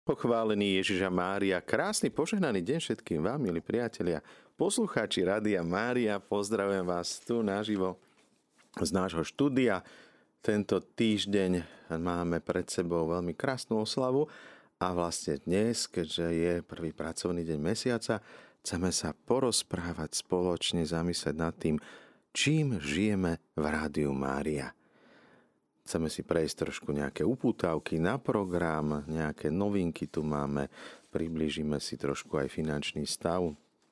Pochválený Ježiša Mária, krásny požehnaný deň všetkým vám, milí priatelia, poslucháči Rádia Mária, pozdravujem vás tu naživo z nášho štúdia. Tento týždeň máme pred sebou veľmi krásnu oslavu a vlastne dnes, keďže je prvý pracovný deň mesiaca, chceme sa porozprávať spoločne, zamyslieť nad tým, čím žijeme v Rádiu Mária. Chceme si prejsť trošku nejaké upútavky na program, nejaké novinky tu máme, priblížime si trošku aj finančný stav,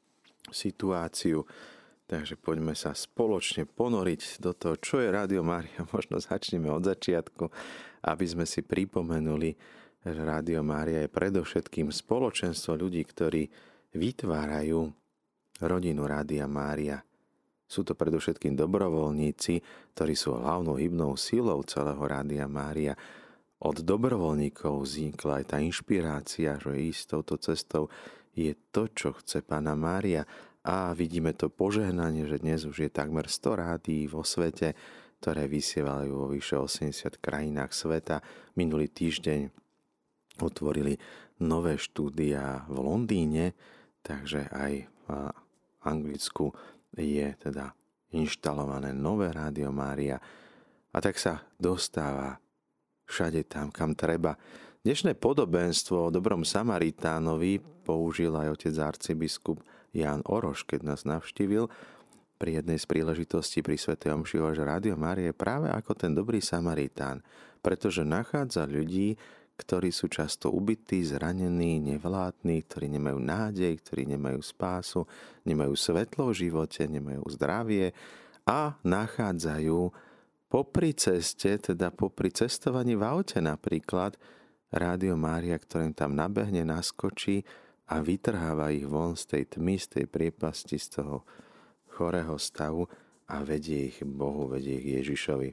situáciu, takže poďme sa spoločne ponoriť do toho, čo je Rádio Mária. Možno začneme od začiatku, aby sme si pripomenuli, že Rádio Mária je predovšetkým spoločenstvo ľudí, ktorí vytvárajú rodinu Rádia Mária. Sú to predovšetkým dobrovoľníci, ktorí sú hlavnou hybnou silou celého Rádia Mária. Od dobrovoľníkov vznikla aj tá inšpirácia, že ísť touto cestou je to, čo chce Panna Mária. A vidíme to požehnanie, že dnes už je takmer 100 rádií vo svete, ktoré vysievajú vo vyše 80 krajinách sveta. Minulý týždeň otvorili nové štúdia v Londýne, takže aj v Anglicku je teda inštalované nové Rádio Mária a tak sa dostáva všade tam, kam treba. Dnešné podobenstvo o dobrom Samaritánovi použil aj otec arcibiskup Ján Oroš, keď nás navštívil pri jednej z príležitostí pri svätej omši, že Rádio Mária je práve ako ten dobrý Samaritán, pretože nachádza ľudí, ktorí sú často ubití, zranení, nevládni, ktorí nemajú nádej, ktorí nemajú spásu, nemajú svetlo v živote, nemajú zdravie a nachádzajú popri ceste, teda popri cestovaní v aute napríklad, Rádio Mária, ktorým tam nabehne, naskočí a vytrháva ich von z tej tmy, z tej priepasti, z toho chorého stavu a vedie ich Bohu, vedie ich Ježišovi.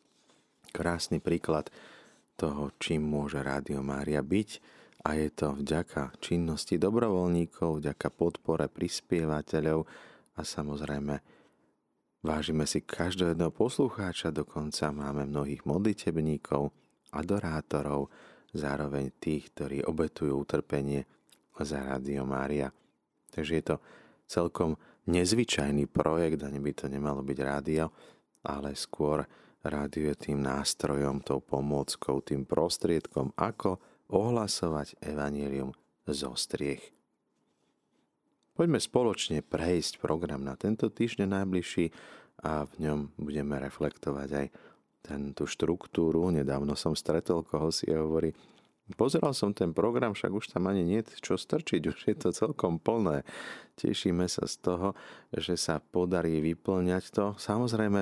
Krásny príklad toho, čím môže Rádio Mária byť, a je to vďaka činnosti dobrovoľníkov, vďaka podpore prispievateľov a samozrejme vážime si každého jedného poslucháča, dokonca máme mnohých modlitebníkov, adorátorov, zároveň tých, ktorí obetujú utrpenie za Rádio Mária. Takže je to celkom nezvyčajný projekt, ani by to nemalo byť rádio, ale skôr rádio je tým nástrojom, tou pomôckou, tým prostriedkom, ako ohlasovať evanjelium zo striech. Poďme spoločne prejsť program na tento týždeň najbližší a v ňom budeme reflektovať aj tú štruktúru. Nedávno som stretol, koho si hovorí, pozeral som ten program, však už tam ani nie je čo strčiť, už je to celkom plné. Tešíme sa z toho, že sa podarí vyplňať to. Samozrejme,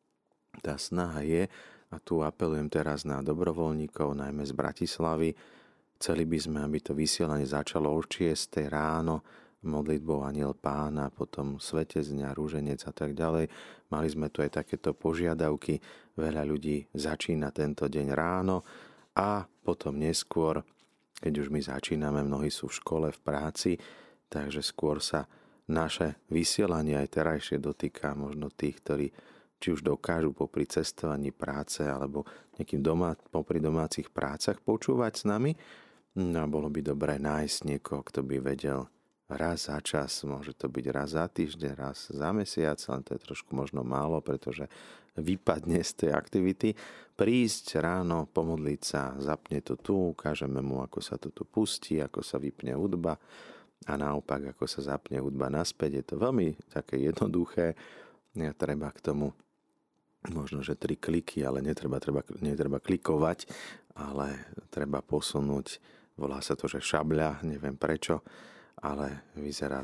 tá snaha je, a tu apelujem teraz na dobrovoľníkov, najmä z Bratislavy, chceli by sme, aby to vysielanie začalo o 6 ráno, modlitbou Anjel Pána, potom svätezňa, rúženec a tak ďalej. Mali sme tu aj takéto požiadavky, veľa ľudí začína tento deň ráno a potom neskôr, keď už my začíname, mnohí sú v škole, v práci, takže skôr sa naše vysielanie aj terajšie dotýka možno tých, ktorí či už dokážu popri cestovaní práce alebo nejakým popri domácich prácach počúvať s nami. No a bolo by dobré nájsť niekoho, kto by vedel raz za čas, môže to byť raz za týždeň, raz za mesiac, len to je trošku možno málo, pretože vypadne z tej aktivity. Prísť ráno, pomodliť sa, zapne to tu, ukážeme mu, ako sa to tu pustí, ako sa vypne hudba a naopak, ako sa zapne hudba naspäť. Je to veľmi také jednoduché, treba k tomu možno, že 3 kliky, ale netreba klikovať, ale treba posunúť, volá sa to, že šabľa, neviem prečo, ale vyzerá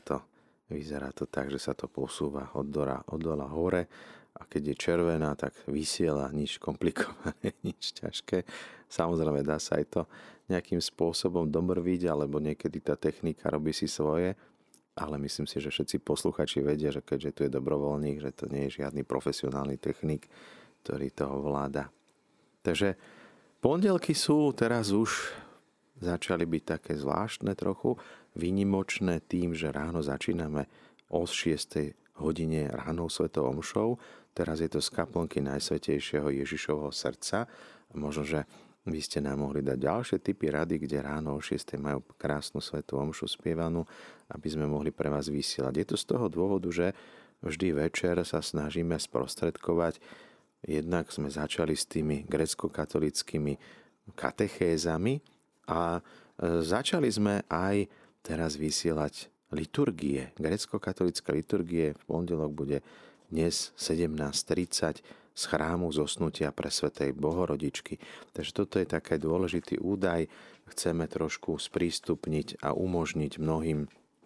to tak, že sa to posúva od dola hore a keď je červená, tak vysiela, nič komplikované, nič ťažké. Samozrejme dá sa aj to nejakým spôsobom domrviť, alebo niekedy tá technika robí si svoje, ale myslím si, že všetci posluchači vedia, že keďže tu je dobrovoľník, že to nie je žiadny profesionálny technik, ktorý to ovláda. Takže pondelky sú teraz už začali byť také zvláštne trochu, výnimočné tým, že ráno začíname o 6 hodine ránou svetou omšou. Teraz je to z kaplnky Najsvätejšieho Ježišovho srdca. Možno, že Vy ste nám mohli dať ďalšie tipy rady, kde ráno o 6 majú krásnu svätú omšu spievanú, aby sme mohli pre vás vysielať. Je to z toho dôvodu, že vždy večer sa snažíme sprostredkovať. Jednak sme začali s tými grécko-katolickými katechézami a začali sme aj teraz vysielať liturgie. Grécko-katolická liturgie v pondelok bude dnes 17:30 z chrámu Zosnutia presvätej Bohorodičky. Takže toto je taký dôležitý údaj. Chceme trošku sprístupniť a umožniť mnohým,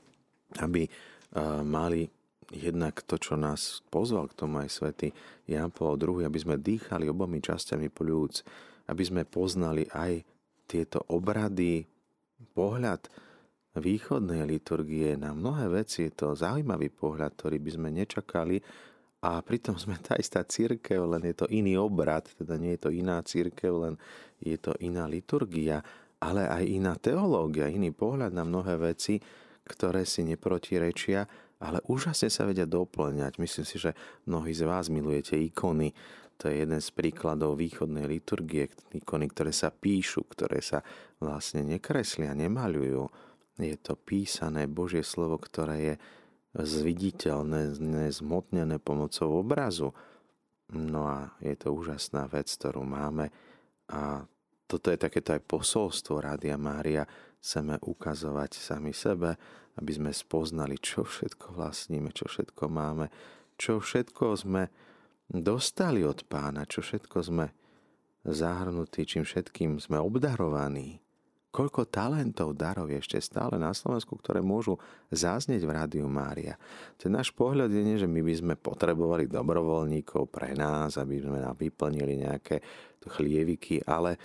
aby mali jednak to, čo nás pozval k tomu aj svätý Ján Pavol II, aby sme dýchali obomi časťami pľúc, aby sme poznali aj tieto obrady, pohľad východnej liturgie na mnohé veci. Je to zaujímavý pohľad, ktorý by sme nečakali, a pritom sme tá istá cirkev, len je to iný obrad, teda nie je to iná cirkev, len je to iná liturgia, ale aj iná teológia, iný pohľad na mnohé veci, ktoré si neprotirečia, ale úžasne sa vedia doplňať. Myslím si, že mnohí z vás milujete ikony. To je jeden z príkladov východnej liturgie, ikony, ktoré sa píšu, ktoré sa vlastne nekreslia, nemaľujú. Je to písané Božie slovo, ktoré je zviditeľné, zmotnené pomocou obrazu. No a je to úžasná vec, ktorú máme. A toto je takéto aj posolstvo Rádia Mária. Chceme ukazovať sami sebe, aby sme spoznali, čo všetko vlastníme, čo všetko máme, čo všetko sme dostali od Pána, čo všetko sme zahrnutí, čím všetkým sme obdarovaní. Koľko talentov, darov je ešte stále na Slovensku, ktoré môžu zaznieť v Rádiu Mária. Ten náš pohľad je nie, že my by sme potrebovali dobrovoľníkov pre nás, aby sme nám vyplnili nejaké chlieviky, ale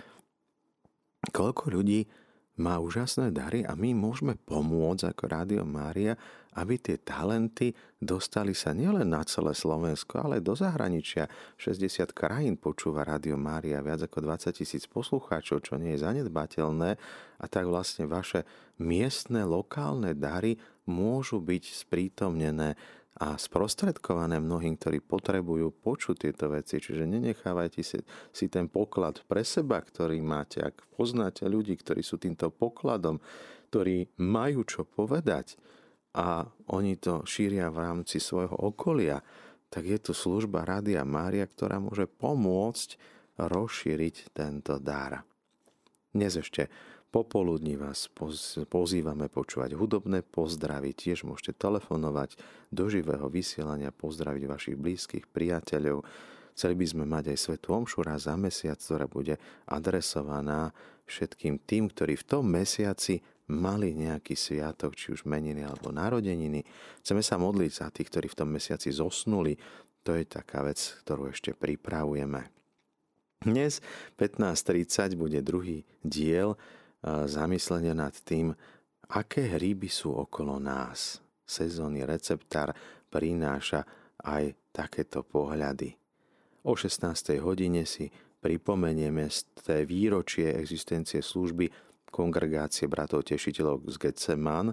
koľko ľudí má úžasné dary a my môžeme pomôcť ako Rádio Mária, aby tie talenty dostali sa nielen na celé Slovensko, ale do zahraničia. 60 krajín počúva Rádio Mária, viac ako 20 000 poslucháčov, čo nie je zanedbateľné. A tak vlastne vaše miestne, lokálne dary môžu byť sprítomnené a sprostredkované mnohým, ktorí potrebujú počuť tieto veci. Čiže nenechávajte si ten poklad pre seba, ktorý máte. Ak poznáte ľudí, ktorí sú týmto pokladom, ktorí majú čo povedať a oni to šíria v rámci svojho okolia, tak je tu služba Rádia Mária, ktorá môže pomôcť rozšíriť tento dar. Dnes ešte popoludní vás pozývame počúvať hudobné pozdravy. Tiež môžete telefonovať do živého vysielania, pozdraviť vašich blízkych priateľov. Chceli by sme mať aj svätú omšu raz za mesiac, ktorá bude adresovaná všetkým tým, ktorí v tom mesiaci mali nejaký sviatok, či už meniny alebo narodeniny. Chceme sa modliť za tých, ktorí v tom mesiaci zosnuli. To je taká vec, ktorú ešte pripravujeme. Dnes 15:30 bude druhý diel zamyslenia nad tým, aké hríby sú okolo nás. Sezónny receptár prináša aj takéto pohľady. O 16. hodine si pripomenieme z výročie existencie služby Kongregácie bratov tešiteľov z Getseman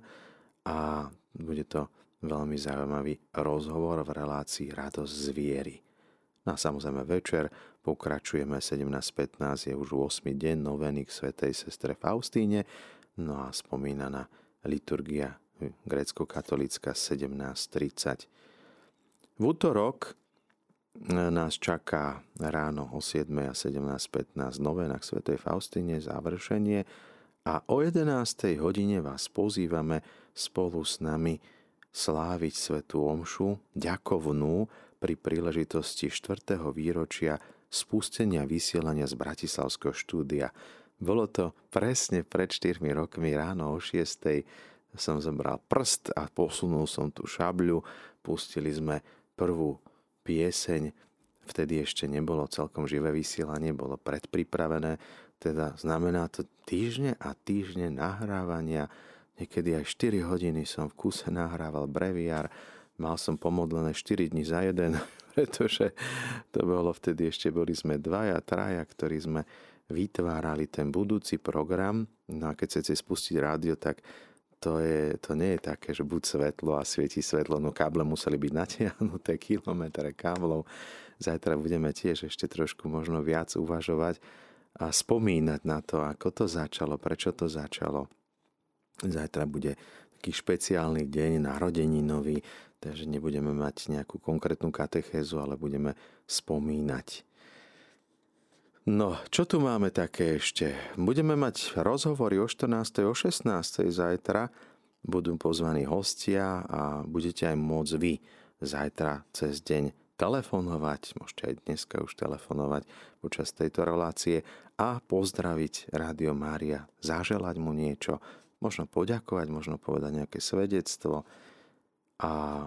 a bude to veľmi zaujímavý rozhovor v relácii Radosť z viery. No a samozrejme večer pokračujeme 17:15, je už 8. deň noveny k svätej sestre Faustíne, no a spomínaná liturgia grécko-katolícka 17:30. V útorok nás čaká ráno o 7. a 17:15 novena k svätej Faustíne, završenie, a o 11. hodine vás pozývame spolu s nami sláviť svätú omšu ďakovnú pri príležitosti 4. výročia spustenia vysielania z Bratislavského štúdia. Bolo to presne pred 4 rokmi ráno o 6. som zobral prst a posunul som tú šabľu. Pustili sme prvú pieseň. Vtedy ešte nebolo celkom živé vysielanie, bolo predpripravené. Teda znamená to týždne a týždne nahrávania. Niekedy aj 4 hodiny som v kuse nahrával breviár. Mal som pomodlené 4 dni za jeden, pretože to bolo vtedy, ešte boli sme 2, 3, ktorí sme vytvárali ten budúci program. No a keď chcete spustiť rádio, tak to nie je také, že buď svetlo a svieti svetlo, no káble museli byť natiahnuté, kilometre káblov. Zajtra budeme tiež ešte trošku možno viac uvažovať, a spomínať na to, ako to začalo, prečo to začalo. Zajtra bude taký špeciálny deň, narodeninový, takže nebudeme mať nejakú konkrétnu katechézu, ale budeme spomínať. No, čo tu máme také ešte? Budeme mať rozhovory o 14. o 16. zajtra. Budú pozvaní hostia a budete aj môcť vy zajtra cez deň telefonovať, môžete aj dneska už telefonovať počas tejto relácie a pozdraviť Rádio Mária, zaželať mu niečo, možno poďakovať, možno povedať nejaké svedectvo a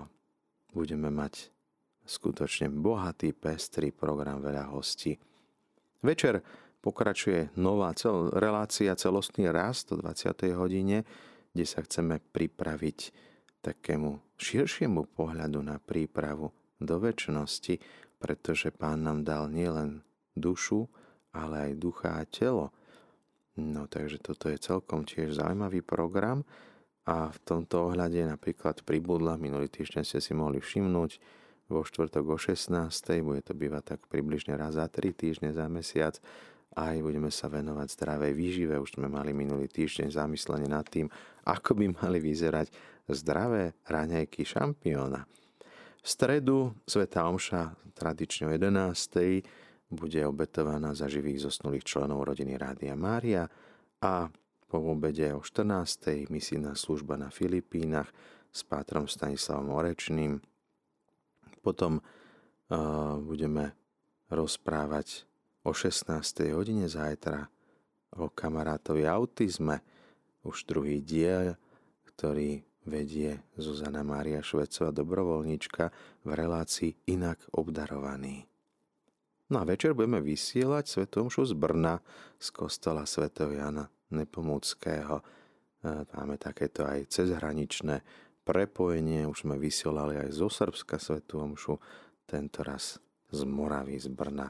budeme mať skutočne bohatý, pestrý program, veľa hostí. Večer pokračuje nová relácia Celostný rast o 20. hodine, kde sa chceme pripraviť takému širšiemu pohľadu na prípravu do večnosti, pretože Pán nám dal nielen dušu, ale aj ducha a telo. No takže toto je celkom tiež zaujímavý program a v tomto ohľade napríklad pribudla, minulý týždeň ste si mohli všimnúť, vo štvrtok o 16. bude to bývať tak približne raz za 3 týždne za mesiac, aj budeme sa venovať zdravej výžive. Už sme mali minulý týždeň zamyslenie nad tým, ako by mali vyzerať zdravé raňajky šampióna. V stredu svätá omša tradične o 11. bude obetovaná za živých zosnulých členov rodiny Rádia Mária a po obede o 14. misijná služba na Filipínach s pátrom Stanislavom Orečným. Potom budeme rozprávať o 16. hodine zajtra o kamarátovi autizme. Už druhý diel, ktorý vedie Zuzana Mária Švecová, dobrovoľníčka v relácii Inak obdarovaný. No a večer budeme vysielať svätú omšu z Brna, z kostola svätého Jana Nepomuckého. Máme takéto aj cezhraničné prepojenie. Už sme vysielali aj zo Srbska svätú omšu, tento raz z Moravy, z Brna.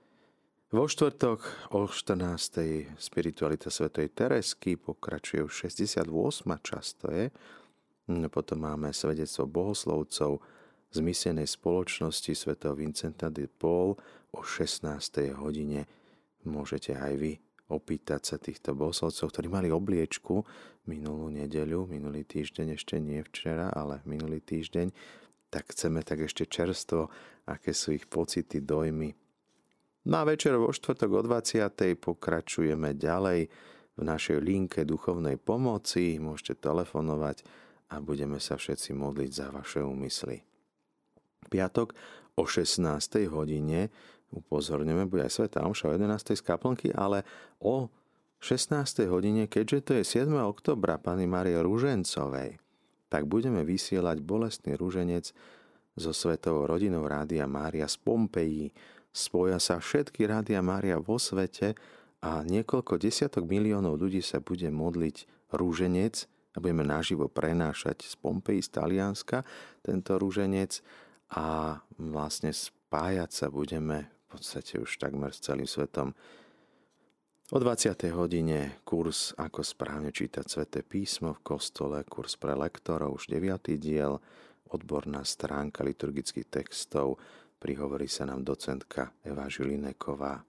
Vo štvrtok o 14. spiritualita svätej Teresky pokračuje už 68. časť to je. Potom máme svedectvo bohoslovcov z misijnej spoločnosti svätého Vincenta de Paul o 16. hodine. Môžete aj vy opýtať sa týchto bohoslovcov, ktorí mali obliečku minulú nedeľu, minulý týždeň, ešte nie včera, ale minulý týždeň. Tak chceme tak ešte čerstvo, aké sú ich pocity, dojmy. No a večer vo štvrtok o 20. pokračujeme ďalej v našej linke duchovnej pomoci. Môžete telefonovať a budeme sa všetci modliť za vaše úmysly. Piatok o 16. hodine upozorňujeme, bude aj svätá omša o 11. z kaplnky, ale o 16. hodine, keďže to je 7. októbra Panny Márie Ružencovej, tak budeme vysielať bolestný ruženec so svetovou rodinou Rádia Mária z Pompeji. Spoja sa všetky Rádia Mária vo svete a niekoľko desiatok miliónov ľudí sa bude modliť rúženec a budeme naživo prenášať z Pompeji, z Talianska tento rúženec a vlastne spájať sa budeme v podstate už takmer s celým svetom. O 20. hodine kurz Ako správne čítať Sväté písmo v kostole, kurz pre lektorov, už 9. diel, odborná stránka liturgických textov, prihovorí sa nám docentka Eva Žilineková.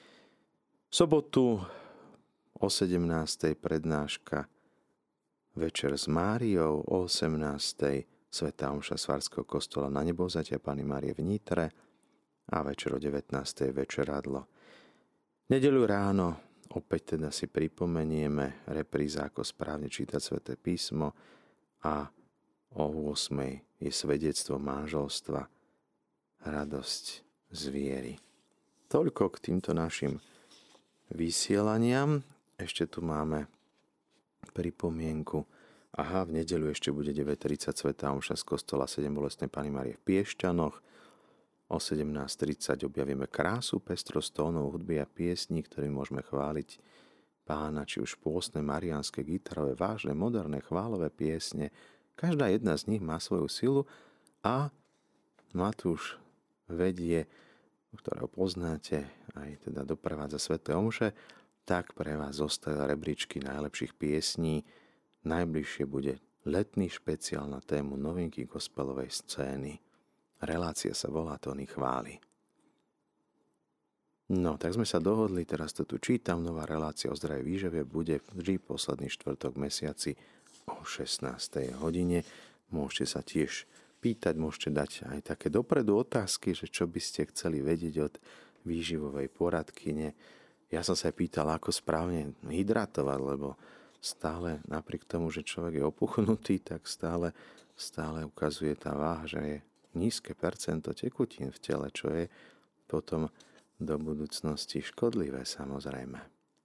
V sobotu o 17. prednáška Večer s Máriou, o 18. svätá omša Svarského kostola na Nebovzatia Panny Márie v Nitre a večer o 19. večeradlo. Nedeľu ráno opäť teda si pripomenieme repríza Ako správne čítať Sväté písmo a o 8. je svedectvo manželstva, radosť z viery. Toľko k týmto našim vysielaniam. Ešte tu máme pripomienku. Aha, v nedeľu ešte bude 9:30 svätá omša z kostola 7 bolestnej Panny Márie v Piešťanoch. O 17:30 objavíme krásu, pestrosť tónov hudby a piesní, ktorým môžeme chváliť Pána, či už pôstne, mariánske, gitarové, vážne, moderné, chválové piesne. Každá jedna z nich má svoju silu a Matúš vedie, ktorého poznáte, aj teda doprevádza sväté omše, tak pre vás zostajú rebríčky najlepších piesní. Najbližšie bude letný špeciál na tému novinky gospelovej scény. Relácia sa volá Tóny chvály. No, tak sme sa dohodli, teraz to tu čítam, nová relácia o zdravej výžive bude vždy posledný štvrtok v mesiaci o 16. hodine. Môžete sa tiež pýtať, môžete dať aj také dopredu otázky, že čo by ste chceli vedieť od výživovej poradkyne. Ja som sa aj pýtal, ako správne hydratovať, lebo stále napriek tomu, že človek je opuchnutý, tak stále ukazuje tá váha, že je nízke percento tekutín v tele, čo je potom do budúcnosti škodlivé, samozrejme.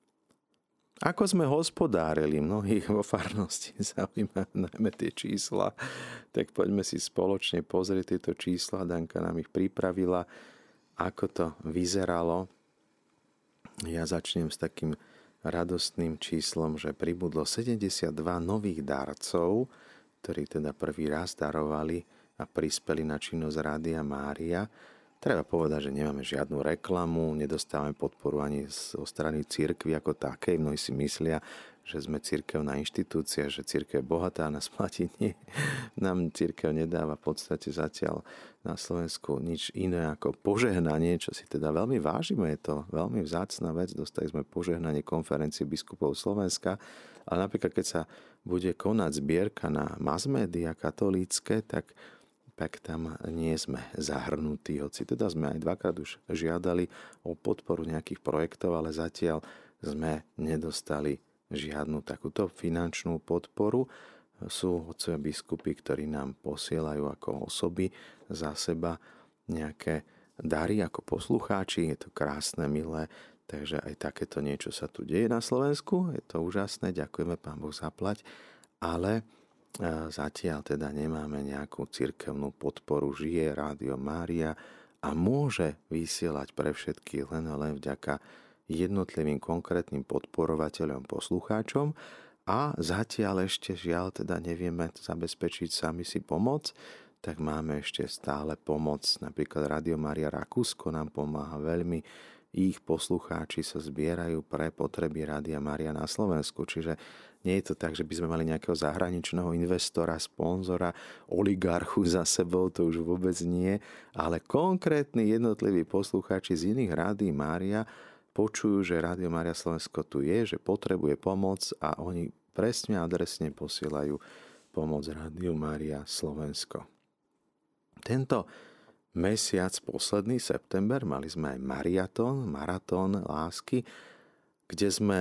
Ako sme hospodárili, mnohých vo farnosti zaujímajú najmä tie čísla, tak poďme si spoločne pozrieť tieto čísla. Danka nám ich pripravila, ako to vyzeralo. Ja začnem s takým radostným číslom, že pribudlo 72 nových darcov, ktorí teda prvý raz darovali a prispeli na činnosť Rádia Mária. Treba povedať, že nemáme žiadnu reklamu, nedostávame podporu ani zo strany cirkvi ako takej. Mnohí si myslia, že sme cirkevná inštitúcia, že cirkev je bohatá a nás platí. Nie. Nám cirkev nedáva v podstate zatiaľ na Slovensku nič iné ako požehnanie, čo si teda veľmi vážime. Je to veľmi vzácna vec. Dostali sme požehnanie konferencie biskupov Slovenska. Ale napríklad, keď sa bude konať zbierka na masmédia katolícke, tak tam nie sme zahrnutí, hoci teda sme aj dvakrát už žiadali o podporu nejakých projektov, ale zatiaľ sme nedostali žiadnu takúto finančnú podporu. Sú otcovia biskupy, ktorí nám posielajú ako osoby za seba nejaké dary ako poslucháči. Je to krásne, milé, takže aj takéto niečo sa tu deje na Slovensku. Je to úžasné, ďakujeme, Pán Boh zaplať, ale zatiaľ teda nemáme nejakú cirkevnú podporu. Žije Rádio Mária a môže vysielať pre všetkých len vďaka jednotlivým konkrétnym podporovateľom, poslucháčom a zatiaľ ešte žiaľ teda nevieme zabezpečiť sami si pomoc, tak máme ešte stále pomoc. Napríklad Rádio Mária Rakúsko nám pomáha veľmi. Ich poslucháči sa zbierajú pre potreby Rádia Mária na Slovensku, čiže nie je to tak, že by sme mali nejakého zahraničného investora, sponzora, oligarchu za sebou, to už vôbec nie, ale konkrétni jednotliví poslucháči z iných Rádií Mária počujú, že Rádio Mária Slovensko tu je, že potrebuje pomoc a oni presne adresne posielajú pomoc Rádiu Mária Slovensko. Tento mesiac, posledný september, mali sme aj maratón lásky, kde sme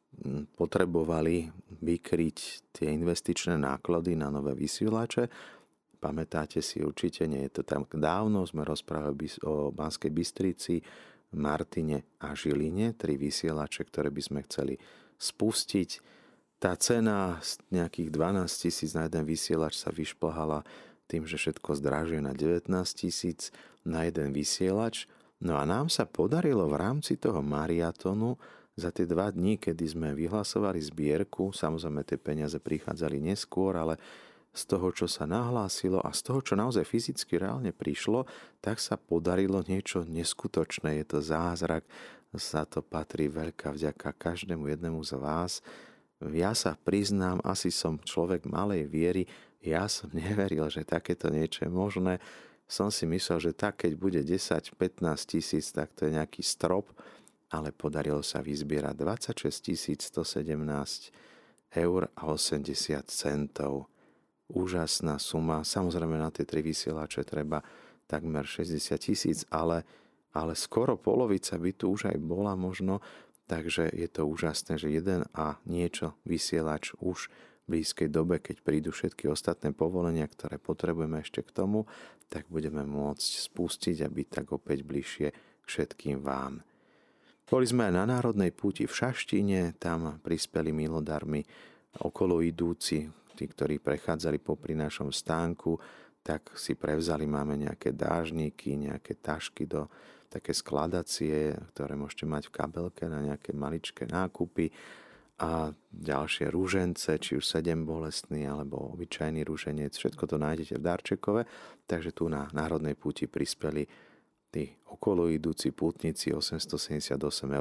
potrebovali vykryť tie investičné náklady na nové vysielače. Pamätáte si určite, nie je to tam dávno, sme rozprávali o Banskej Bystrici, Martine a Žiline, 3 vysielače, ktoré by sme chceli spustiť. Tá cena z nejakých 12 000 na jeden vysielač sa vyšplhala tým, že všetko zdražuje na 19 000 na jeden vysielač. No a nám sa podarilo v rámci toho maratónu za tie 2 dní, kedy sme vyhlasovali zbierku, samozrejme tie peniaze prichádzali neskôr, ale z toho, čo sa nahlásilo a z toho, čo naozaj fyzicky reálne prišlo, tak sa podarilo niečo neskutočné. Je to zázrak, za to patrí veľká vďaka každému jednému z vás. Ja sa priznám, asi som človek malej viery, ja som neveril, že takéto niečo je možné. Som si myslel, že tak, keď bude 10-15 tisíc, tak to je nejaký strop, ale podarilo sa vyzbierať 26 117 eur a 80 centov. Úžasná suma. Samozrejme na tie 3 vysielače treba takmer 60 000, ale skoro polovica by tu už aj bola možno, takže je to úžasné, že jeden a niečo vysielač už v blízkej dobe, keď prídu všetky ostatné povolenia, ktoré potrebujeme ešte k tomu, tak budeme môcť spustiť a byť tak opäť bližšie k všetkým vám. Boli sme aj na Národnej púti v Šaštine, tam prispeli milodarmi okolo idúci, tí, ktorí prechádzali popri našom stánku, tak si prevzali, máme nejaké dážniky, nejaké tašky také skladacie, ktoré môžete mať v kabelke na nejaké maličké nákupy a ďalšie ružence, či už 7 bolestný alebo obyčajný ruženec, všetko to nájdete v darčekove, takže tu na Národnej púti prispeli tí okoloidúci pútnici 878,27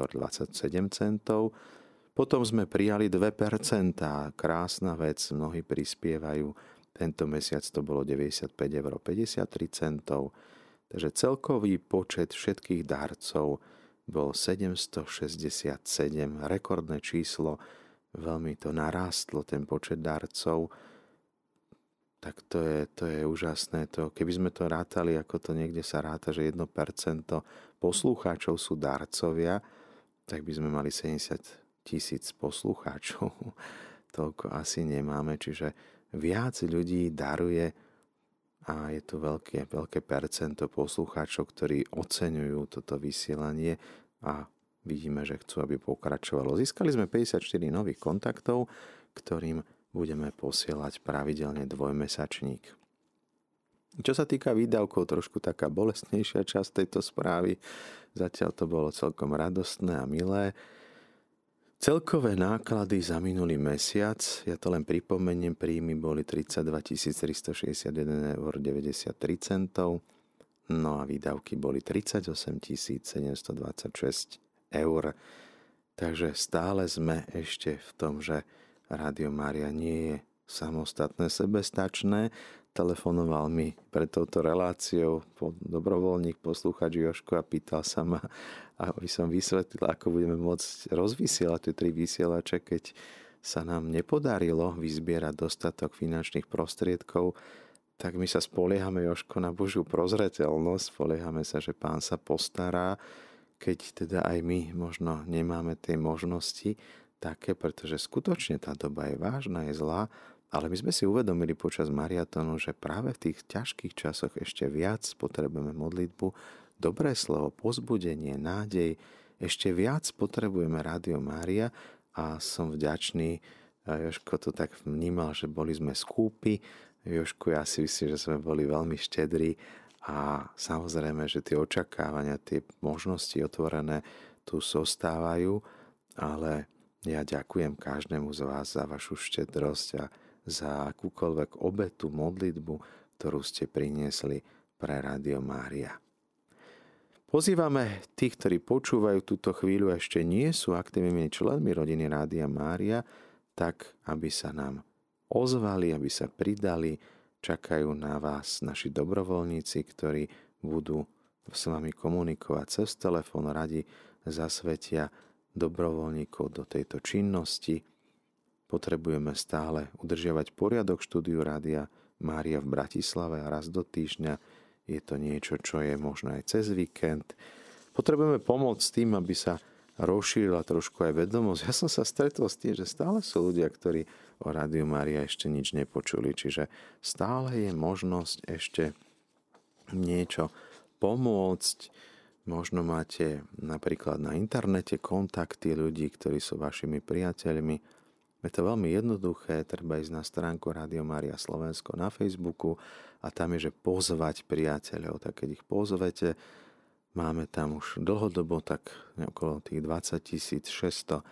eur. Potom sme prijali 2%, krásna vec, mnohí prispievajú. Tento mesiac to bolo 95,53 eur. Takže celkový počet všetkých darcov bol 767, rekordné číslo, veľmi to narástlo, ten počet darcov, tak to je úžasné. Keby sme to rátali, ako to niekde sa ráta, že 1% poslucháčov sú darcovia, tak by sme mali 70 000 poslucháčov. Toľko asi nemáme, čiže viac ľudí daruje a je tu veľké percento poslucháčov, ktorí oceňujú toto vysielanie a vidíme, že chcú, aby pokračovalo. Získali sme 54 nových kontaktov, ktorým budeme posielať pravidelne dvojmesačník. Čo sa týka výdavkov, trošku taká bolestnejšia časť tejto správy. Zatiaľ to bolo celkom radostné a milé. Celkové náklady za minulý mesiac, ja to len pripomeniem, príjmy boli 32 361,93 €, no a výdavky boli 38 726 eur. Takže stále sme ešte v tom, že Rádio Mária nie je samostatné, sebestačné. Telefonoval mi pred touto reláciou dobrovoľník, posluchač Jožko a pýtal sa ma, aby som vysvetlil, ako budeme môcť rozvysielať tie 3 vysielače, keď sa nám nepodarilo vyzbierať dostatok finančných prostriedkov, tak my sa spoliehame, Jožko, na Božiu prozreteľnosť, spoliehame sa, že Pán sa postará, keď teda aj my možno nemáme tie možnosti také, pretože skutočne tá doba je vážna, je zlá, ale my sme si uvedomili počas mariatónu, že práve v tých ťažkých časoch ešte viac potrebujeme modlitbu, dobré slovo, povzbudenie, nádej, ešte viac potrebujeme Rádio Mária a som vďačný, Jožko to tak vnímal, že boli sme skúpi. Jožko, ja si myslím, že sme boli veľmi štedrí a samozrejme, že tie očakávania, tie možnosti otvorené tu zostávajú, ale ja ďakujem každému z vás za vašu štedrosť a za akúkoľvek obetu, modlitbu, ktorú ste priniesli pre Rádio Mária. Pozývame tých, ktorí počúvajú túto chvíľu a ešte nie sú aktívnymi členmi rodiny Rádia Mária, tak aby sa nám ozvali, aby sa pridali. Čakajú na vás naši dobrovoľníci, ktorí budú s vami komunikovať cez telefón, radi zasvetia dobrovoľníkov do tejto činnosti. Potrebujeme stále udržiavať poriadok štúdiu Rádia Mária v Bratislave a raz do týždňa. Je to niečo, čo je možno aj cez víkend. Potrebujeme pomôcť tým, aby sa rozšírila trošku aj vedomosť. Ja som sa stretol s tým, že stále sú ľudia, ktorí o Rádiu Mária ešte nič nepočuli. Čiže stále je možnosť ešte niečo pomôcť. Možno máte napríklad na internete kontakty ľudí, ktorí sú vašimi priateľmi. Je to veľmi jednoduché, treba ísť na stránku Rádio Mária Slovensko na Facebooku a tam je, že pozvať priateľov. Tak keď ich pozvete, máme tam už dlhodobo tak okolo tých 20 600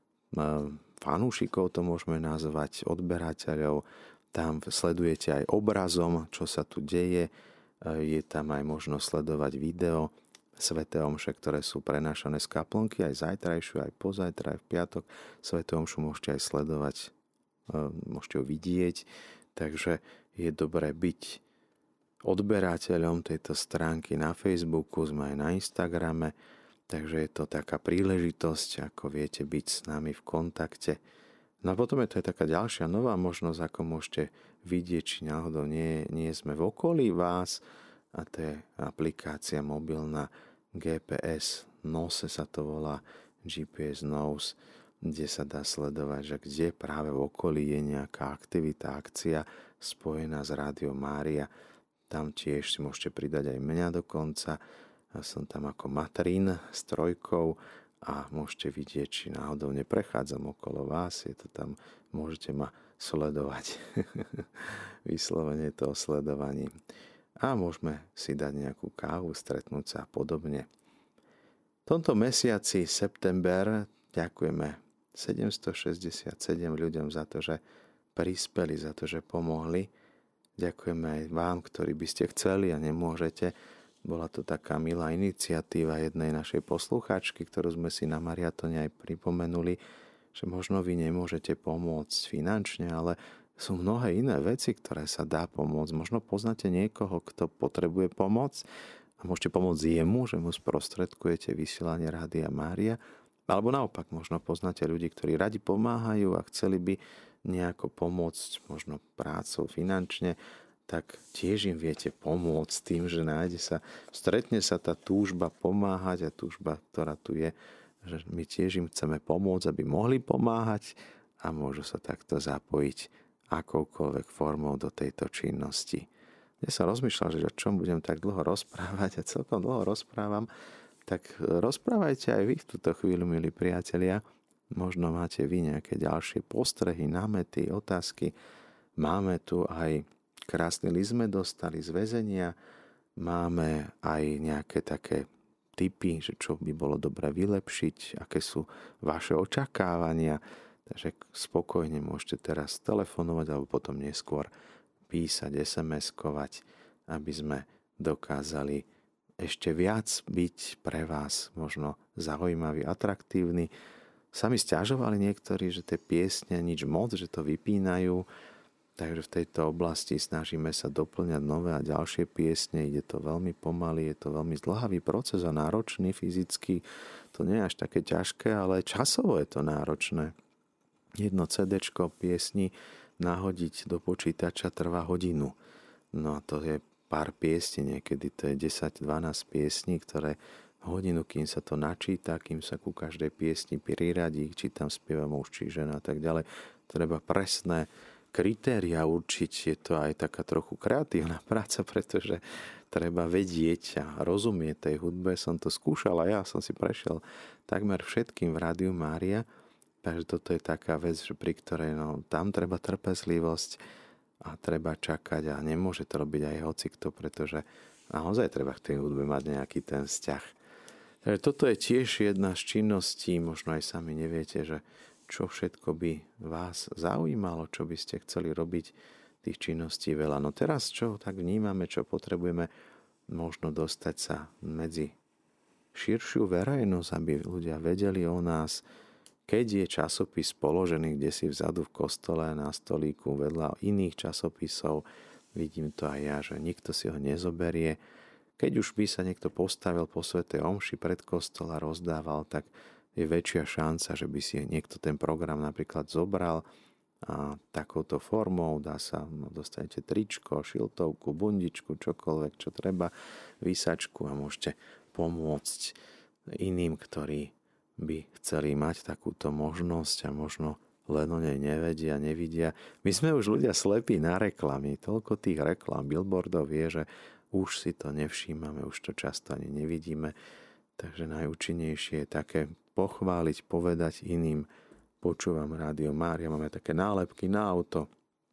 fanúšikov, to môžeme nazvať, odberateľov. Tam sledujete aj obrazom, čo sa tu deje. Je tam aj možnosť sledovať video Sväté omše, ktoré sú prenášané z kaplnky, aj zajtrajšiu, aj pozajtra, aj v piatok. Svätú omšu môžete aj sledovať, môžete ho vidieť, takže je dobré byť odberateľom tejto stránky na Facebooku, sme aj na Instagrame, takže je to taká príležitosť, ako viete, byť s nami v kontakte. No a potom je to aj taká ďalšia nová možnosť, ako môžete vidieť, či náhodou nie sme v okolí vás, a to je aplikácia mobilná GPS Nose sa to volá, GPS Nose, kde sa dá sledovať, že kde práve v okolí je nejaká aktivita, akcia spojená s Rádiom Mária. Tam tiež si môžete pridať aj mňa dokonca. Ja som tam ako matrín s trojkou a môžete vidieť, či náhodou neprechádzam okolo vás. Je to tam, môžete ma sledovať. Vyslovene to o sledovaní. A môžeme si dať nejakú kávu, stretnúť sa a podobne. V tomto mesiaci september ďakujeme 767 ľuďom za to, že prispeli, za to, že pomohli. Ďakujeme aj vám, ktorí by ste chceli a nemôžete. Bola to taká milá iniciatíva jednej našej poslucháčky, ktorú sme si na mariatone aj pripomenuli, že možno vy nemôžete pomôcť finančne, ale sú mnohé iné veci, ktoré sa dá pomôcť. Možno poznáte niekoho, kto potrebuje pomoc a môžete pomôcť jemu, že mu sprostredkujete vysielanie Rádia Mária. Alebo naopak, možno poznáte ľudí, ktorí radi pomáhajú a chceli by nejako pomôcť, možno prácou, finančne, tak tiež im viete pomôcť tým, že stretne sa tá túžba pomáhať a túžba, ktorá tu je, že my tiež im chceme pomôcť, aby mohli pomáhať a môžu sa takto zapojiť akoukoľvek formou do tejto činnosti. Ja som rozmýšľal, že o čom budem tak dlho rozprávať a celkom dlho rozprávam, tak rozprávajte aj vy v túto chvíľu, milí priatelia. Možno máte vy nejaké ďalšie postrehy, námety, otázky. Máme tu aj krásny list sme dostali z väzenia. Máme aj nejaké také tipy, že čo by bolo dobre vylepšiť, aké sú vaše očakávania. Takže spokojne môžete teraz telefonovať alebo potom neskôr písať, SMS-kovať, aby sme dokázali ešte viac byť pre vás možno zaujímavý, atraktívny. Sami sťažovali niektorí, že tie piesne nič moc, že to vypínajú. Takže v tejto oblasti snažíme sa doplňať nové a ďalšie piesne. Ide to veľmi pomaly, je to veľmi zdĺhavý proces a náročný fyzicky. To nie je až také ťažké, ale časovo je to náročné. Jedno CDčko piesni nahodiť do počítača trvá hodinu. No a to je pár piesní, niekedy to je 10-12 piesní, ktoré hodinu, kým sa to načíta, kým sa ku každej piesni priradí, či tam spieva muž, či žena a tak ďalej. Treba presné kritéria určiť, je to aj taká trochu kreatívna práca, pretože treba vedieť a rozumieť tej hudbe. Som to skúšal a ja som si prešiel takmer všetkým v Rádiu Mária, takže toto je taká vec, že pri ktorej tam treba trpezlivosť a treba čakať a nemôže to robiť aj hocikto, pretože naozaj treba k tej hudbe mať nejaký ten vzťah. Takže toto je tiež jedna z činností, možno aj sami neviete, že čo všetko by vás zaujímalo, čo by ste chceli robiť, tých činností veľa. No teraz, čo tak vnímame, čo potrebujeme, možno dostať sa medzi širšiu verejnosť, aby ľudia vedeli o nás, keď je časopis položený kdesi vzadu v kostole na stolíku vedľa iných časopisov, vidím to aj ja, že nikto si ho nezoberie. Keď už by sa niekto postavil po svätej omši pred kostol a rozdával, tak je väčšia šanca, že by si niekto ten program napríklad zobral a takouto formou dostanete tričko, šiltovku, bundičku, čokoľvek, čo treba, výsačku a môžete pomôcť iným, ktorí by chceli mať takúto možnosť a možno len o nej nevedia, nevidia. My sme už ľudia slepí na reklamy. Toľko tých reklám, billboardov je, že už si to nevšímame, už to často ani nevidíme. Takže najúčinnejšie je také pochváliť, povedať iným. Počúvam Rádio Mária, máme také nálepky na auto.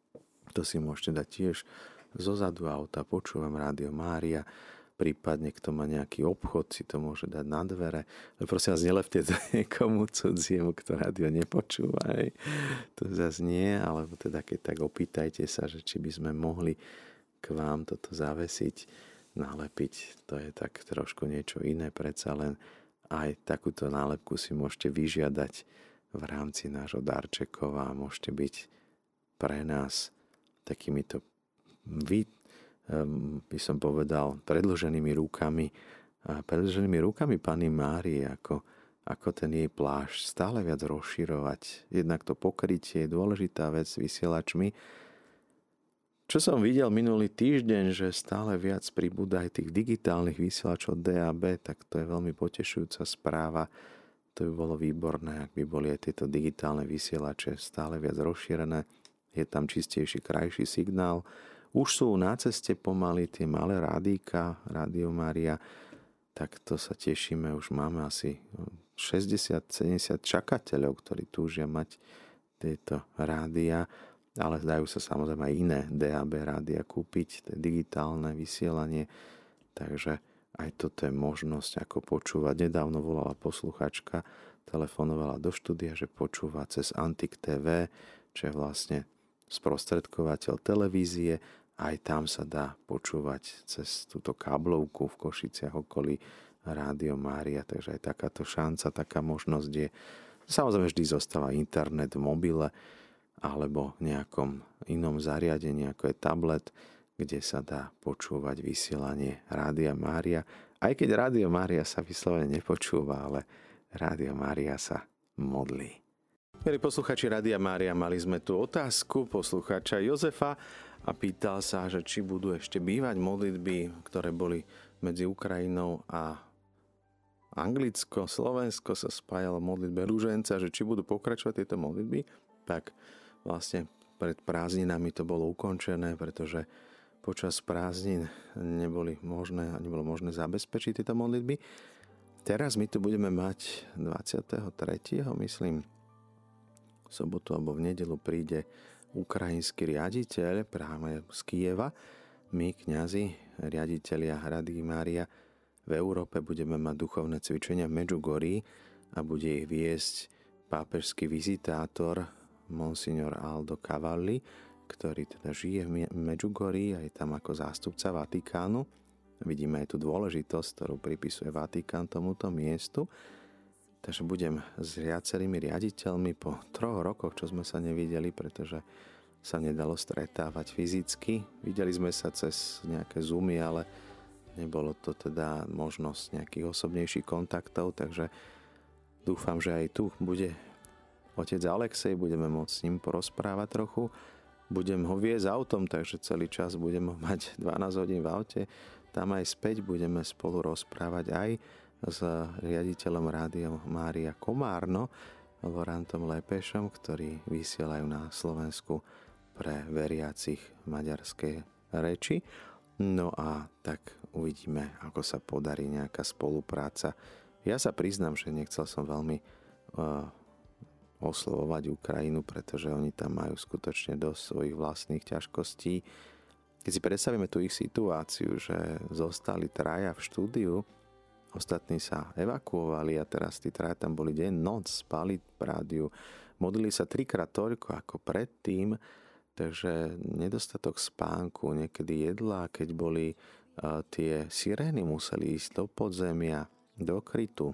To si môžete dať tiež zo zadu auta. Počúvam Rádio Mária. Prípadne, kto má nejaký obchod, si to môže dať na dvere. Ale prosím vás, nelepte to niekomu cudziemu, kto rádio nepočúva. Hej. To zase nie, alebo teda keď tak opýtajte sa, že či by sme mohli k vám toto zavesiť, nalepiť. To je tak trošku niečo iné, predsa len aj takúto nálepku si môžete vyžiadať v rámci nášho darčekov a môžete byť pre nás takýmito by som povedal, predĺženými rukami Panny Márie, ako ten jej plášť stále viac rozširovať. Jednak to pokrytie je dôležitá vec s vysielačmi. Čo som videl minulý týždeň, že stále viac pribúda aj tých digitálnych vysielačov DAB, tak to je veľmi potešujúca správa. To by bolo výborné, ak by boli aj tieto digitálne vysielače stále viac rozšírené. Je tam čistejší, krajší signál. Už sú na ceste pomaly tie malé rádíka, Rádio Mária, tak to sa tešíme. Už máme asi 60-70 čakateľov, ktorí túžia mať tieto rádia, ale dajú sa samozrejme aj iné DAB rádia kúpiť, to je digitálne vysielanie, takže aj toto je možnosť, ako počúvať. Nedávno volala posluchačka, telefonovala do štúdia, že počúva cez Antik TV, čo je vlastne sprostredkovateľ televízie. Aj tam sa dá počúvať cez túto káblovku v Košiciach okolí Rádio Mária, takže aj takáto šanca, taká možnosť je. Samozrejme vždy zostáva internet v mobile alebo nejakom inom zariadení, ako je tablet, kde sa dá počúvať vysielanie Rádia Mária. Aj keď Rádio Mária sa vyslovene nepočúva, ale Rádio Mária sa modlí. Milí posluchači Rádia Mária, mali sme tu otázku posluchača Jozefa a pýtal sa, že či budú ešte bývať modlitby, ktoré boli medzi Ukrajinou a Anglicko, Slovensko sa spájalo modlitbe rúženca, že či budú pokračovať tieto modlitby. Tak vlastne pred prázdninami to bolo ukončené, pretože počas prázdnin nebolo možné zabezpečiť tieto modlitby. Teraz my tu budeme mať 23. myslím, v sobotu alebo v nedeľu príde ukrajinský riaditeľ práve z Kyjeva. My, kňazi, riaditelia Rady Mária, v Európe budeme mať duchovné cvičenia v Medžugorí a bude ich viesť pápežský vizitátor Monsignor Aldo Cavalli, ktorý teda žije v Medžugorí a je tam ako zástupca Vatikánu. Vidíme aj tú dôležitosť, ktorú pripisuje Vatikán tomuto miestu. Takže budem s viacerými riaditeľmi po 3 rokoch, čo sme sa nevideli, pretože sa nedalo stretávať fyzicky. Videli sme sa cez nejaké Zoomy, ale nebolo to teda možnosť nejakých osobnejších kontaktov, takže dúfam, že aj tu bude otec Alexej, budeme môcť s ním porozprávať trochu. Budem ho viesť autom, takže celý čas budem ho mať 12 hodín v aute. Tam aj späť budeme spolu rozprávať aj s riaditeľom Rádia Mária Komárno, Lorantom Lepešom, ktorí vysielajú na Slovensku pre veriacich maďarskej reči. No a tak uvidíme, ako sa podarí nejaká spolupráca. Ja sa priznám, že nechcel som veľmi oslovovať Ukrajinu, pretože oni tam majú skutočne dosť svojich vlastných ťažkostí. Keď si predstavíme tú ich situáciu, že zostali 3 v štúdiu, ostatní sa evakuovali a teraz tí 3 tam boli deň, noc, spali v rádiu, modlili sa 3-krát toľko ako predtým, takže nedostatok spánku, niekedy jedla, keď boli tie sirény, museli ísť do podzemia, do krytu.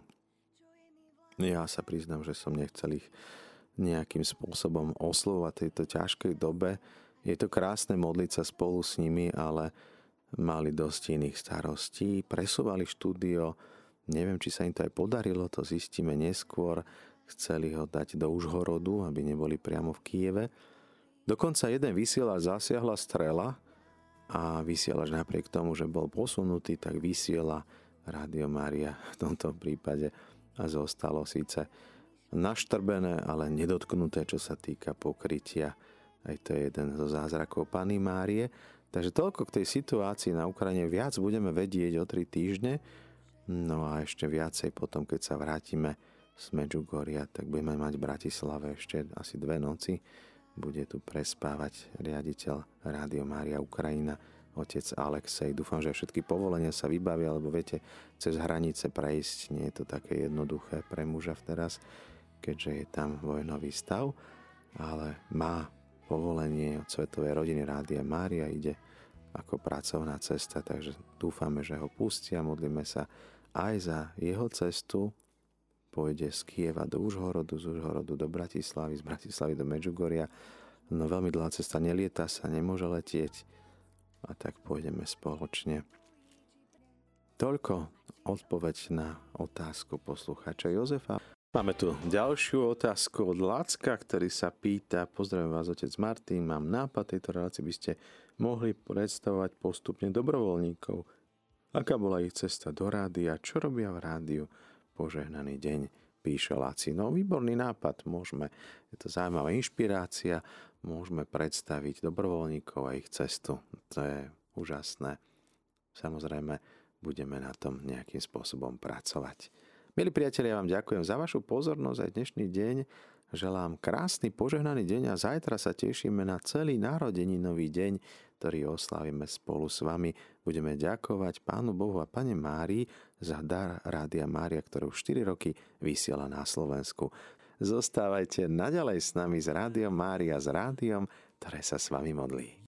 Ja sa priznám, že som nechcel ich nejakým spôsobom oslovať v tejto ťažkej dobe. Je to krásne modliť sa spolu s nimi, ale mali dosť iných starostí. Presúvali štúdio, neviem, či sa im to aj podarilo, to zistíme neskôr. Chceli ho dať do Užhorodu, aby neboli priamo v Kyjeve. Dokonca jeden vysielač zasiahla strela a vysielač napriek tomu, že bol posunutý, tak vysiela Rádio Mária v tomto prípade a zostalo síce naštrbené, ale nedotknuté, čo sa týka pokrytia. Aj to je jeden zo zázrakov Panny Márie. Takže toľko k tej situácii na Ukrajine. Viac budeme vedieť o 3 týždne. No a ešte viacej potom, keď sa vrátime z Medžugoria, tak budeme mať v Bratislave ešte asi 2 noci. Bude tu prespávať riaditeľ Rádio Mária Ukrajina, otec Alexej. Dúfam, že všetky povolenia sa vybavia, lebo viete, cez hranice prejsť nie je to také jednoduché pre muža teraz, keďže je tam vojnový stav, ale má povolenie od Svetovej rodiny Rádia Mária, ide ako pracovná cesta, takže dúfame, že ho pustia, modlíme sa aj za jeho cestu. Pôjde z Kyjeva do Užhorodu, z Užhorodu do Bratislavy, z Bratislavy do Medžugoria. No veľmi dlhá cesta, nelieta sa, nemôže letieť. A tak pôjdeme spoločne. Toľko odpoveď na otázku poslucháča Jozefa. Máme tu ďalšiu otázku od Lacka, ktorý sa pýta: pozdravujem vás, otec Martin, mám nápad tejto relácie, by ste mohli predstavovať postupne dobrovoľníkov. Aká bola ich cesta do rádia, čo robia v rádiu? Požehnaný deň, píše Laci. No, výborný nápad, môžeme, je to zaujímavá inšpirácia, môžeme predstaviť dobrovoľníkov a ich cestu. To je úžasné. Samozrejme, budeme na tom nejakým spôsobom pracovať. Milí priatelia, ja vám ďakujem za vašu pozornosť aj dnešný deň. Želám krásny, požehnaný deň a zajtra sa tešíme na celý narodeninový deň, ktorý oslavíme spolu s vami. Budeme ďakovať Pánu Bohu a Pane Márii za dar Rádia Mária, ktorú 4 roky vysiela na Slovensku. Zostávajte naďalej s nami z Rádiom Mária, s rádiom, ktoré sa s vami modlí.